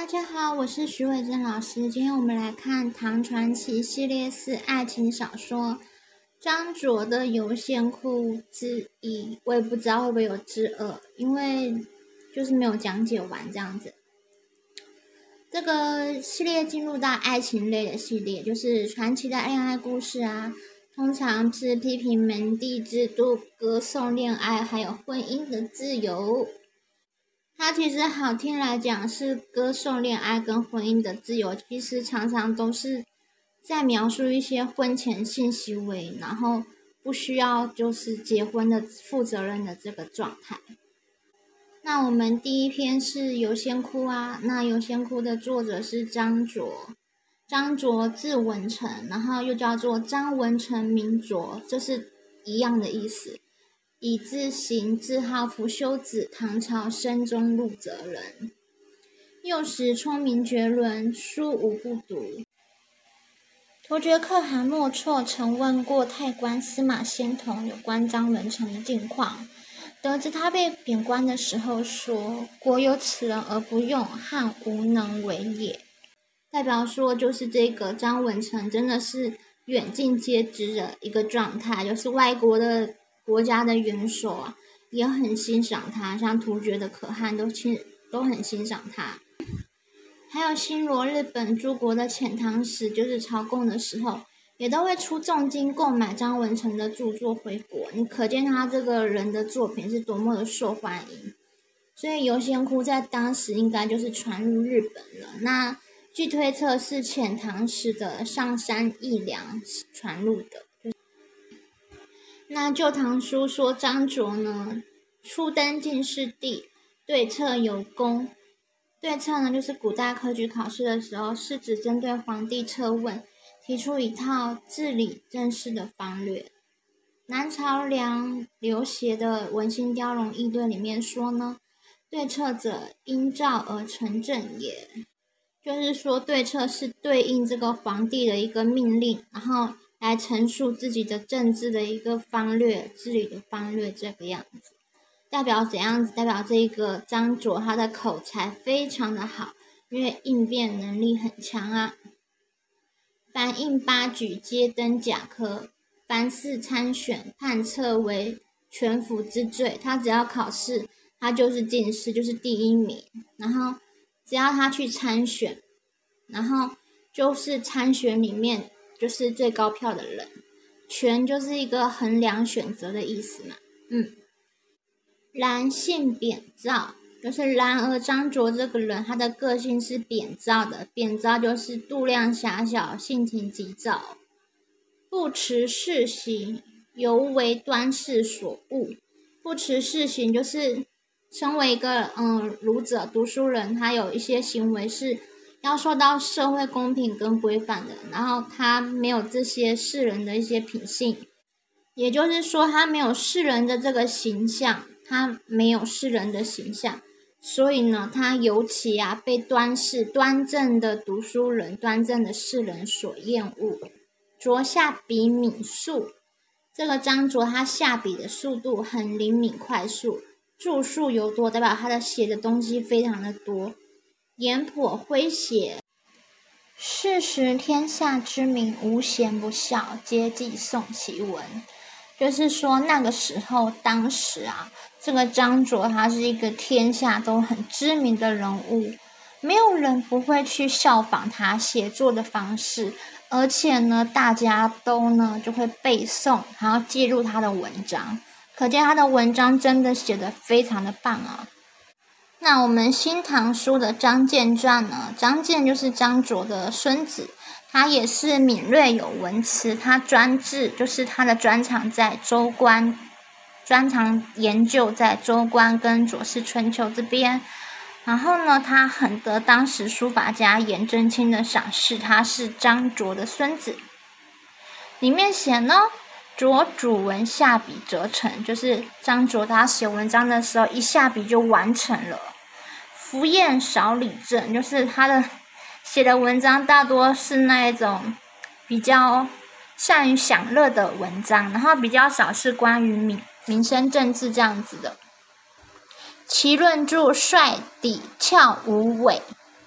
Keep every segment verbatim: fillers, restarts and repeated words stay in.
大家好，我是徐伟珍老师。今天我们来看《唐传奇》系列四爱情小说张卓的游仙窟之一。我也不知道会不会有之二，因为就是没有讲解完这样子。这个系列进入到爱情类的系列，就是传奇的恋爱故事啊，通常是批评门第制度、歌颂恋爱，还有婚姻的自由。它其实好听来讲是歌颂恋爱跟婚姻的自由，其实常常都是在描述一些婚前性行为，然后不需要就是结婚的负责任的这个状态。那我们第一篇是游仙窟啊，那游仙窟的作者是张卓，张卓字文成，然后又叫做张文成名卓，这是一样的意思。以字行，字号扶修子，唐朝升中禄泽人。幼时聪明绝伦，书无不读。突厥可汗莫错曾问过太官司马仙童有关张文成的近况，得知他被贬官的时候说：“国有此人而不用，汉无能为也。”代表说就是这个张文成真的是远近皆知的一个状态，就是外国的国家的元首啊，也很欣赏他，像突厥的可汗都亲都很欣赏他。还有新罗、日本诸国的遣唐使，就是朝贡的时候，也都会出重金购买张文成的著作回国。你可见他这个人的作品是多么的受欢迎。所以游仙窟在当时应该就是传入日本了。那据推测是遣唐使的上山义良传入的。那《旧唐书》说张卓呢，初登进士第，对策有功。对策呢，就是古代科举考试的时候，是指针对皇帝测问，提出一套治理政事的方略。南朝梁刘协的《文心雕龙议对》里面说呢，对策者，因诏而成政也。就是说对策是对应这个皇帝的一个命令，然后来陈述自己的政治的一个方略，治理的方略，这个样子。代表怎样子？代表这个张卓他的口才非常的好，因为应变能力很强啊。凡应八举皆登甲科，凡事参选判测为全府之最。他只要考试，他就是进士，就是第一名。然后只要他去参选，然后就是参选里面就是最高票的人。权就是一个衡量选择的意思嘛。嗯。然性扁躁，就是然而张卓这个人，他的个性是扁躁的。扁躁就是度量狭小，性情急躁，不持事行，犹为端世所恶。不持事行就是身为一个嗯儒者、读书人，他有一些行为是要受到社会公平跟规范的，然后他没有这些世人的一些品性，也就是说他没有世人的这个形象，他没有世人的形象，所以呢，他尤其啊被端世端正的读书人、端正的世人所厌恶。卓下笔敏速，这个张卓他下笔的速度很灵敏快速，著述尤多，代表他的写的东西非常的多。言颇诙谐，是时天下之民无贤不肖，皆记诵其文。就是说那个时候当时啊，这个张卓他是一个天下都很知名的人物，没有人不会去效仿他写作的方式，而且呢大家都呢就会背诵，然后记录他的文章，可见他的文章真的写得非常的棒啊。那我们新唐书的张建传呢，张建就是张卓的孙子，他也是敏锐有文辞，他专治就是他的专长在周官，专长研究在周官跟左氏春秋这边。然后呢，他很得当时书法家颜真卿的赏识，他是张卓的孙子。里面写呢，卓主文下笔则成，就是张卓他写文章的时候一下笔就完成了。夫宴少理政，就是他的写的文章大多是那一种比较善于享乐的文章，然后比较少是关于民民生政治这样子的。其论著率底俏无伪，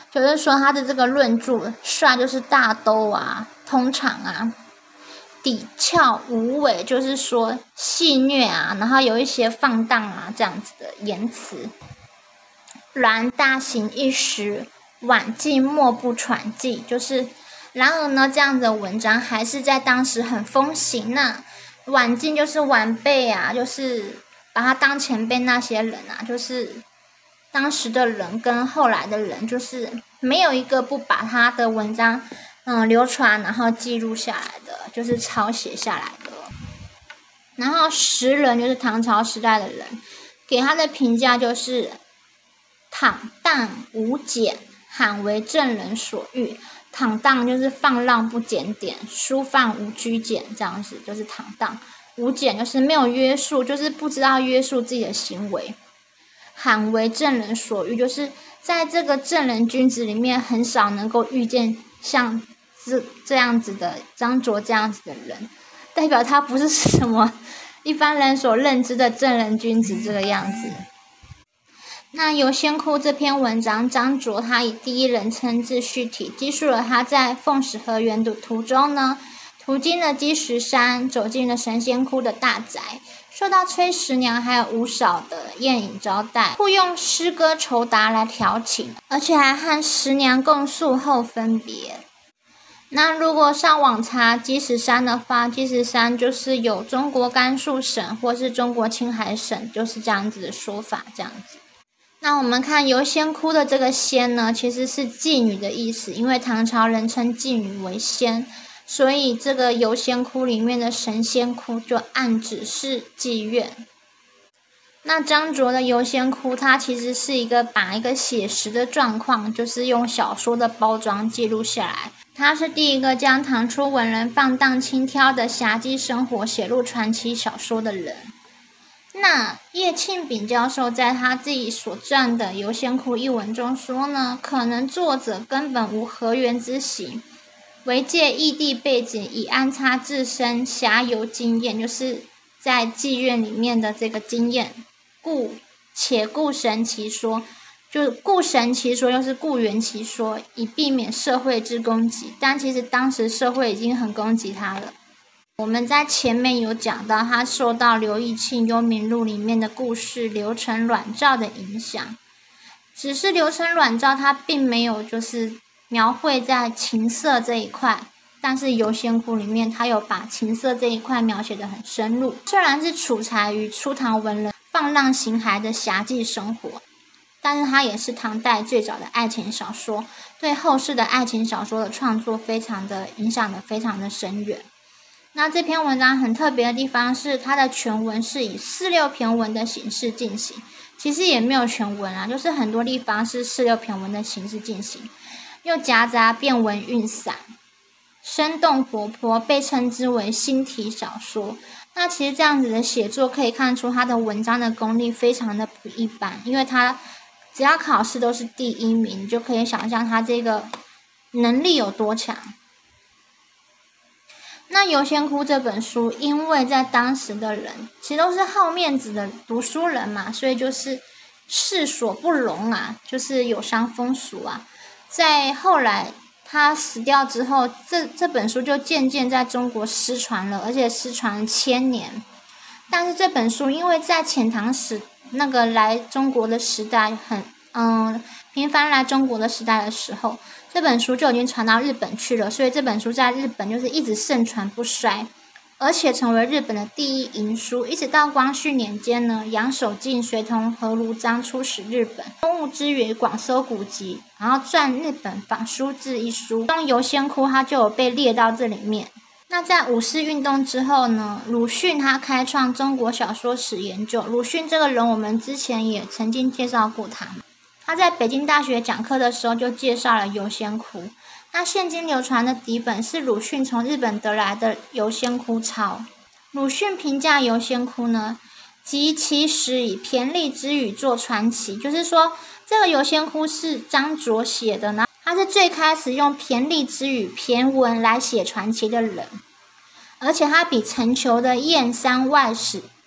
就是说他的这个论著，帅就是大兜啊，通常啊，底俏无尾，就是说戏谑啊，然后有一些放荡啊这样子的言辞。然大行一时，晚近莫不传记，就是然而呢，这样子的文章还是在当时很风行呐、啊。晚近就是晚辈啊，就是把他当前辈那些人啊，就是当时的人跟后来的人，就是没有一个不把他的文章嗯流传，然后记录下来的，就是抄写下来的。然后时人就是唐朝时代的人，给他的评价就是坦荡无检，罕为正人所欲。坦荡就是放浪不检点，疏放无拘检，这样子就是坦荡。无检就是没有约束，就是不知道约束自己的行为。罕为正人所遇，就是在这个正人君子里面很少能够遇见像这这样子的张卓这样子的人，代表他不是什么一般人所认知的正人君子这个样子。那《游仙窟》这篇文章，张卓他以第一人称自叙体，记述了他在奉使河原的途中呢，途经了积石山，走进了神仙窟的大宅，受到崔十娘还有吴嫂的宴饮招待，互用诗歌酬答来调情，而且还和十娘共宿后分别。那如果上网查积石山的话，积石山就是有中国甘肃省或是中国青海省，就是这样子的说法，这样子。那我们看游仙窟的这个仙呢，其实是妓女的意思，因为唐朝人称妓女为仙，所以这个游仙窟里面的神仙窟就暗指是妓院。那张卓的游仙窟，它其实是一个把一个写实的状况，就是用小说的包装记录下来。他是第一个将唐初文人放荡轻佻的侠妓生活写入传奇小说的人。那叶庆炳教授在他自己所撰的《游仙窟》一文中说呢，可能作者根本无河源之行，唯借异地背景以安插自身侠游经验，就是在妓院里面的这个经验，故且故神其说，就故神其说又是故原其说，以避免社会之攻击。但其实当时社会已经很攻击他了。我们在前面有讲到，他受到刘义庆《幽冥录》里面的故事流程卵照的影响，只是流程卵照它并没有就是描绘在情色这一块，但是《游仙窟》里面它有把情色这一块描写得很深入。虽然是处裁于初唐文人放浪形骸的侠妓生活，但是它也是唐代最早的爱情小说，对后世的爱情小说的创作非常的影响的非常的深远。那这篇文章很特别的地方是，它的全文是以四六骈文的形式进行，其实也没有全文啊，就是很多地方是四六骈文的形式进行，又夹杂变文韵散，生动活泼，被称之为新体小说。那其实这样子的写作可以看出他的文章的功力非常的不一般，因为他只要考试都是第一名，你就可以想象他这个能力有多强。那《游仙窟》这本书，因为在当时的人其实都是好面子的读书人嘛，所以就是世所不容啊，就是有伤风俗啊。在后来他死掉之后，这这本书就渐渐在中国失传了，而且失传了千年。但是这本书因为在遣唐使那个来中国的时代很嗯频繁来中国的时代的时候，这本书就已经传到日本去了，所以这本书在日本就是一直盛传不衰，而且成为日本的第一淫书。一直到光绪年间呢，杨守敬随同何如章出使日本，公务之余广搜古籍，然后撰日本仿书志一书，中游仙窟它就有被列到这里面。那在五四运动之后呢，鲁迅他开创中国小说史研究。鲁迅这个人我们之前也曾经介绍过他，他在北京大学讲课的时候就介绍了游仙窟。那现今流传的底本是鲁迅从日本得来的游仙窟抄。鲁迅评价游仙窟呢，即其实以骈俪之语作传奇，就是说这个游仙窟是张卓写的呢，他是最开始用骈俪之语骈文来写传奇的人，而且他比陈求的《燕山外史》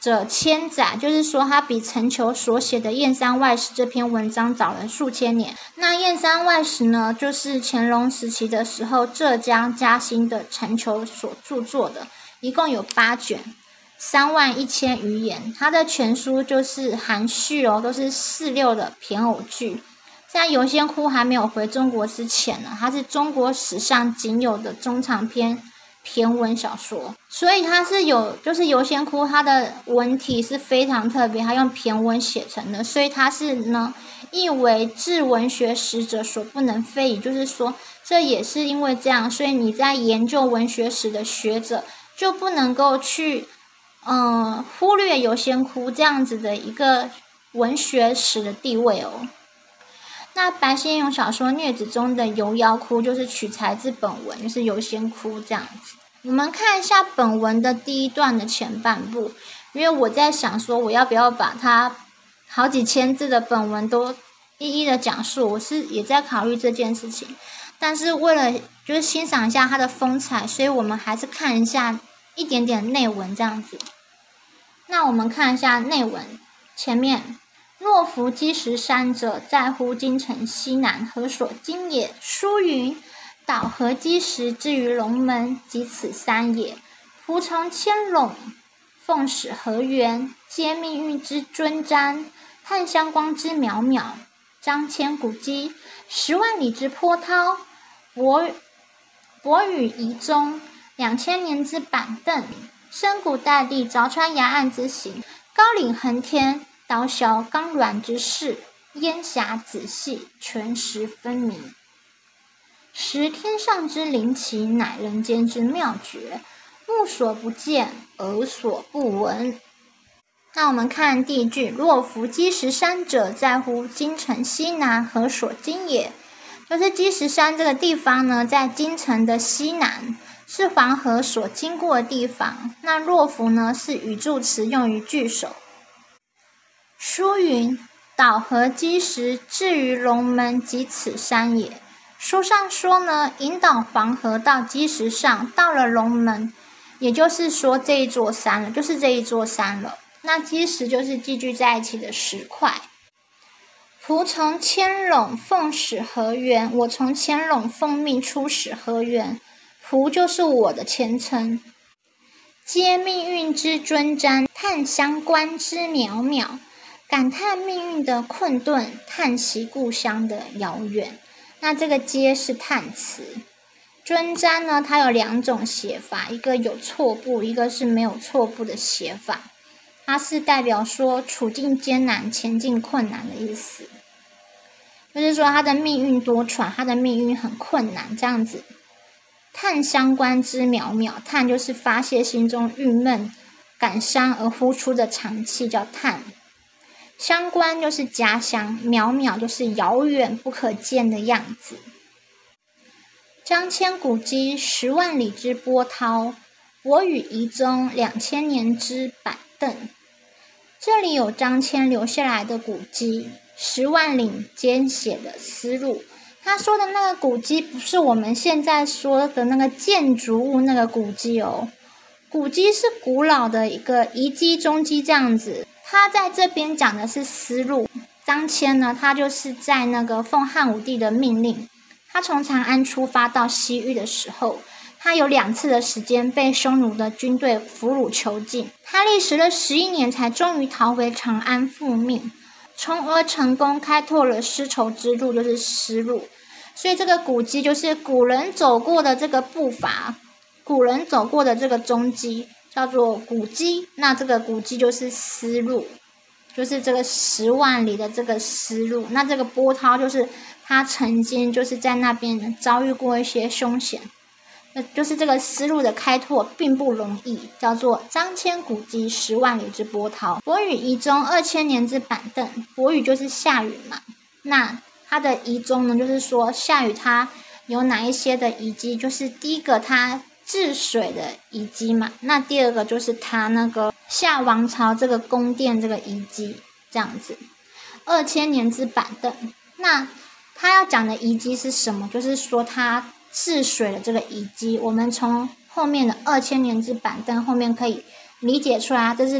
者千载，就是说他比陈求所写的《燕山外史》这篇文章早了数千年。那《燕山外史》呢，就是乾隆时期的时候浙江嘉兴的陈求所著作的，一共有八卷，三万一千余言。他的全书就是含序哦，都是四六的骈偶句。在游仙窟还没有回中国之前呢，它是中国史上仅有的中长篇骈文小说，所以它是有，就是游仙窟它的文体是非常特别，它用骈文写成的，所以它是呢译为治文学史者所不能非议，就是说这也是因为这样，所以你在研究文学史的学者就不能够去嗯、呃、忽略游仙窟这样子的一个文学史的地位哦。那白先勇小说《孽子》中的游妖窟就是取材自本文，就是游仙窟这样子。我们看一下本文的第一段的前半部，因为我在想说我要不要把它好几千字的本文都一一的讲述，我是也在考虑这件事情。但是为了就是欣赏一下它的风采，所以我们还是看一下一点点内文这样子。那我们看一下内文前面。若夫积石山者，在乎京城西南，何所经也？书云：岛河积石至于龙门，即此山也。仆从千垄，奉使河源，皆命运之尊瞻，探香光之渺渺。张骞古迹，十万里之波涛，博博宇遗踪，两千年之板凳，深谷大地，凿穿崖岸之形，高岭横天。刀削刚软之势，烟霞仔细，全实分明。识天上之灵奇，乃人间之妙绝。目所不见，耳所不闻。那我们看第一句：若夫积石山者，在乎京城西南，何所经也？就是积石山这个地方呢，在京城的西南，是黄河所经过的地方。那若夫呢，是语助词，用于句首。书云：岛河积石至于龙门，即此山也。书上说呢，引导黄河到积石上，到了龙门，也就是说这一座山了，就是这一座山了。那积石就是寄居在一起的石块。仆从千垄，奉使河源，我从千垄奉命出使河源，仆就是我的前程。皆命运之尊瞻，探乡关之渺渺。感叹命运的困顿，叹息故乡的遥远。那这个皆是叹词。尊瞻呢，它有两种写法，一个有错部，一个是没有错部的写法。它是代表说处境艰难、前进困难的意思，就是说他的命运多舛，他的命运很困难这样子。叹乡关之渺渺，叹就是发泄心中郁闷、感伤而呼出的长气，叫叹。乡关就是家乡，渺渺就是遥远不可见的样子。张骞古迹，十万里之波涛，博宇遗踪，两千年之板凳。这里有张骞留下来的古迹，十万里间写的思路。他说的那个古迹不是我们现在说的那个建筑物那个古迹哦，古迹是古老的一个遗迹、踪迹这样子。他在这边讲的是思路。张骞呢，他就是在那个奉汉武帝的命令，他从长安出发到西域的时候，他有两次的时间被匈奴的军队俘虏囚禁，他历时了十一年才终于逃回长安复命，从而成功开拓了丝绸之路，就是丝路。所以这个古迹就是古人走过的这个步伐，古人走过的这个踪迹，叫做古迹。那这个古迹就是丝路，就是这个十万里的这个丝路。那这个波涛就是他曾经就是在那边遭遇过一些凶险，就是这个丝路的开拓并不容易，叫做张骞古迹，十万里之波涛。博宇遗踪，二千年之板凳。博宇就是下雨嘛，那它的遗踪呢，就是说下雨它有哪一些的遗迹，就是第一个它治水的遗迹嘛，那第二个就是它那个夏王朝这个宫殿这个遗迹这样子。二千年之板凳，那他要讲的遗迹是什么？就是说他治水的这个遗迹，我们从后面的二千年之板凳后面可以理解出来，这是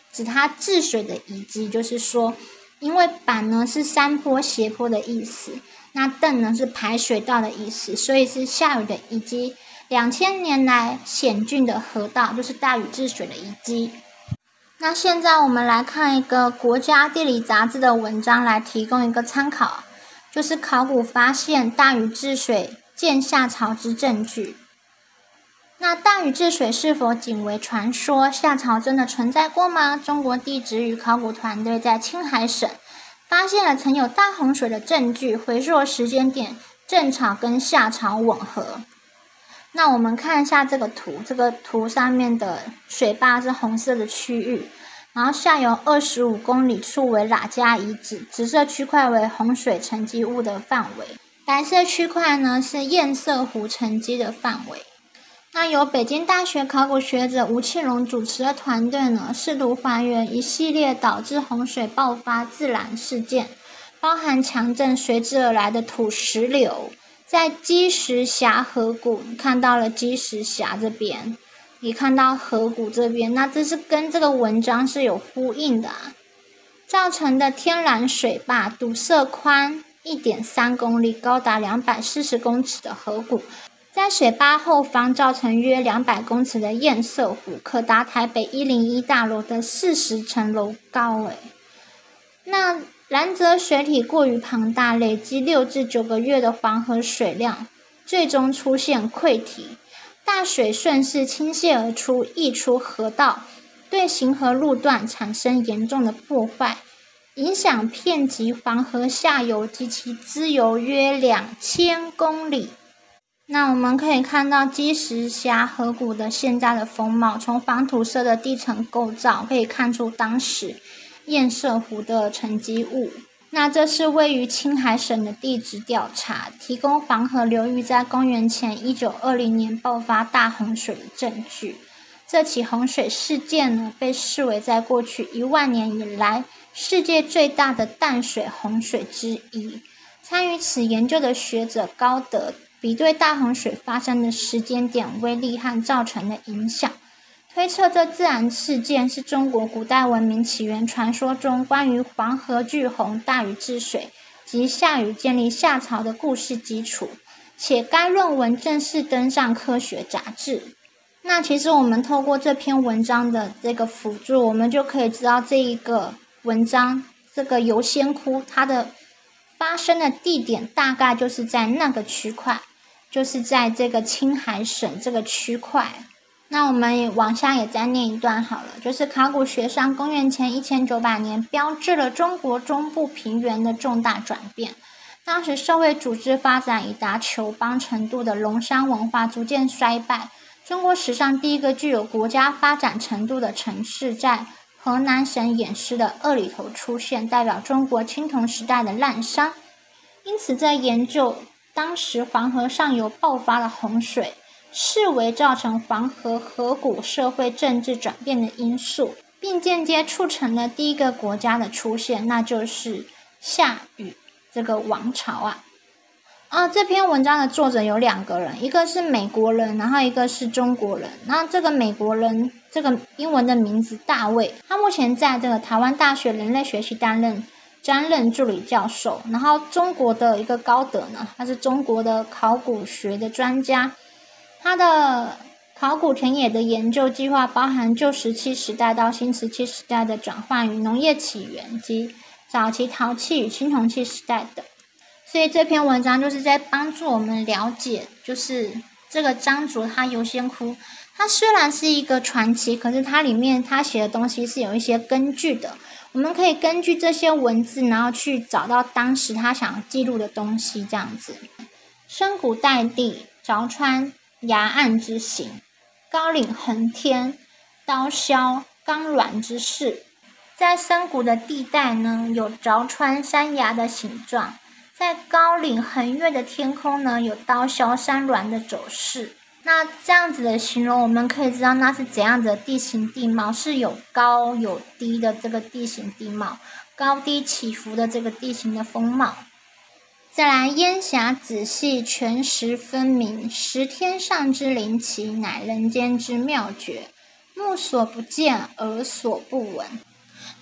指它治水的遗迹，就是说，因为板呢是山坡斜坡的意思，那埩呢是排水道的意思，所以是下雨的遗迹。两千年来险峻的河道，就是大禹治水的遗迹。那现在我们来看一个国家地理杂志的文章，来提供一个参考，就是考古发现大禹治水建夏朝之证据。那大禹治水是否仅为传说？夏朝真的存在过吗？中国地质与考古团队在青海省发现了曾有大洪水的证据，回溯时间点正朝跟夏朝吻合。那我们看一下这个图，这个图上面的水坝是红色的区域，然后下游二十五公里处为喇家遗址，紫色区块为洪水沉积物的范围，白色区块呢是堰塞湖沉积的范围。那由北京大学考古学者吴庆荣主持的团队呢，试图还原一系列导致洪水爆发自然事件，包含强震随之而来的土石流。在积石峡河谷，你看到了积石峡这边，你看到河谷这边，那这是跟这个文章是有呼应的啊。造成的天然水坝堵塞宽 一点三公里，高达两百四十公尺的河谷。在水坝后方造成约两百公尺的堰塞湖，可达台北一零一大楼的四十层楼高诶。那然则水体过于庞大，累积六至九个月的黄河水量，最终出现溃堤，大水顺势倾泻而出，溢出河道，对行河路段产生严重的破坏，影响遍及黄河下游及其支流约两千公里。那我们可以看到积石峡河谷的现在的风貌，从黄土色的地层构造可以看出当时堰塞湖的沉积物。那这是位于青海省的地质调查，提供黄河流域在公元前一九二零年爆发大洪水的证据。这起洪水事件呢，被视为在过去一万年以来世界最大的淡水洪水之一。参与此研究的学者高德比对大洪水发生的时间点、威力和造成的影响，推测这自然事件是中国古代文明起源传说中关于黄河巨洪、大禹治水及夏禹建立夏朝的故事基础，且该论文正式登上科学杂志。那其实我们透过这篇文章的这个辅助，我们就可以知道这一个文章这个游仙窟它的发生的地点大概就是在那个区块，就是在这个青海省这个区块。那我们往下也再念一段好了，就是考古学上公元前一千九百年标志了中国中部平原的重大转变。当时社会组织发展已达酋邦程度的龙山文化逐渐衰败，中国史上第一个具有国家发展程度的城市在河南省偃师的二里头出现，代表中国青铜时代的滥觞。因此在研究当时黄河上游爆发的洪水，视为造成黄河河谷社会政治转变的因素，并间接促成了第一个国家的出现，那就是夏禹这个王朝啊。啊，这篇文章的作者有两个人，一个是美国人，然后一个是中国人。那这个美国人，这个英文的名字大卫，他目前在这个台湾大学人类学系担任担任助理教授。然后中国的一个高德呢，他是中国的考古学的专家，他的考古田野的研究计划包含旧石器时代到新石器时代的转换与农业起源及早期陶器与青铜器时代等。所以这篇文章就是在帮助我们了解，就是这个张卓他游仙窟，它虽然是一个传奇，可是它里面他写的东西是有一些根据的。我们可以根据这些文字，然后去找到当时他想记录的东西，这样子。深谷代地，凿穿崖岸之形，高岭横天，刀削钢卵之势。在深谷的地带呢，有凿穿山崖的形状。在高岭横越的天空呢，有刀削山峦的走势。那这样子的形容，我们可以知道那是怎样的地形地貌，是有高有低的这个地形地貌，高低起伏的这个地形的风貌。再来，烟霞仔细，全实分明，识天上之灵奇，乃人间之妙绝。目所不见，耳所不闻。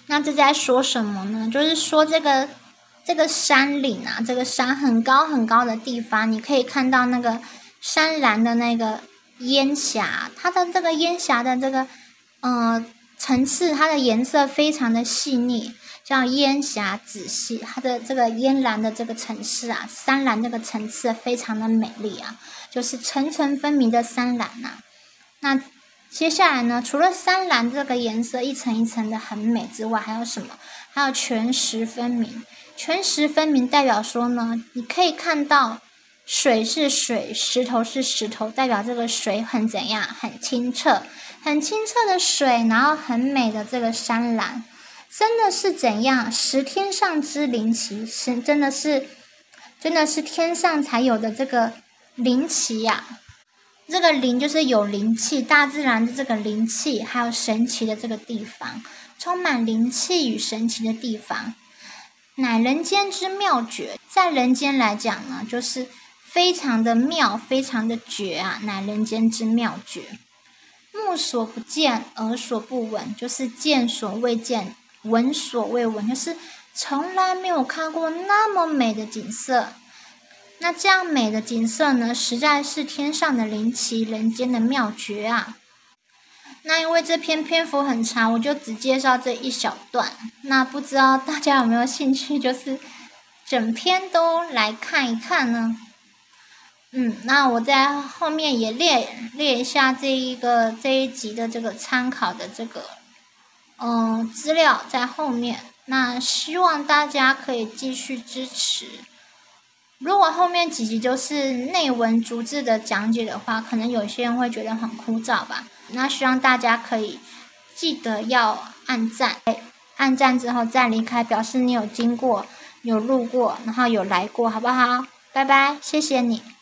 那这在说什么呢？就是说这个这个山岭啊，这个山很高很高的地方，你可以看到那个山岚的那个烟霞，它的这个烟霞的这个呃层次，它的颜色非常的细腻，叫烟霞紫系，它的这个烟岚的这个层次啊，山岚这个层次非常的美丽啊，就是层层分明的山岚呐、啊。那接下来呢，除了山岚这个颜色一层一层的很美之外，还有什么？还有全石分明。全石分明代表说呢，你可以看到水是水，石头是石头，代表这个水很怎样？很清澈，很清澈的水，然后很美的这个山岚，真的是怎样？识天上之灵奇，是真的是，真的是天上才有的这个灵奇呀、啊。这个灵就是有灵气，大自然的这个灵气，还有神奇的这个地方，充满灵气与神奇的地方，乃人间之妙绝。在人间来讲呢，就是非常的妙，非常的绝啊，乃人间之妙绝。目所不见，耳所不闻，就是见所未见，闻所未闻，就是从来没有看过那么美的景色。那这样美的景色呢，实在是天上的灵奇，人间的妙绝啊。那因为这篇篇幅很长，我就只介绍这一小段。那不知道大家有没有兴趣，就是整篇都来看一看呢？嗯，那我在后面也列列一下这一个这一集的这个参考的这个嗯、呃、资料在后面。那希望大家可以继续支持。如果后面几集就是内文逐字的讲解的话，可能有些人会觉得很枯燥吧。那希望大家可以记得要按赞，按赞之后再离开，表示你有经过、有路过，然后有来过，好不好？拜拜，谢谢你。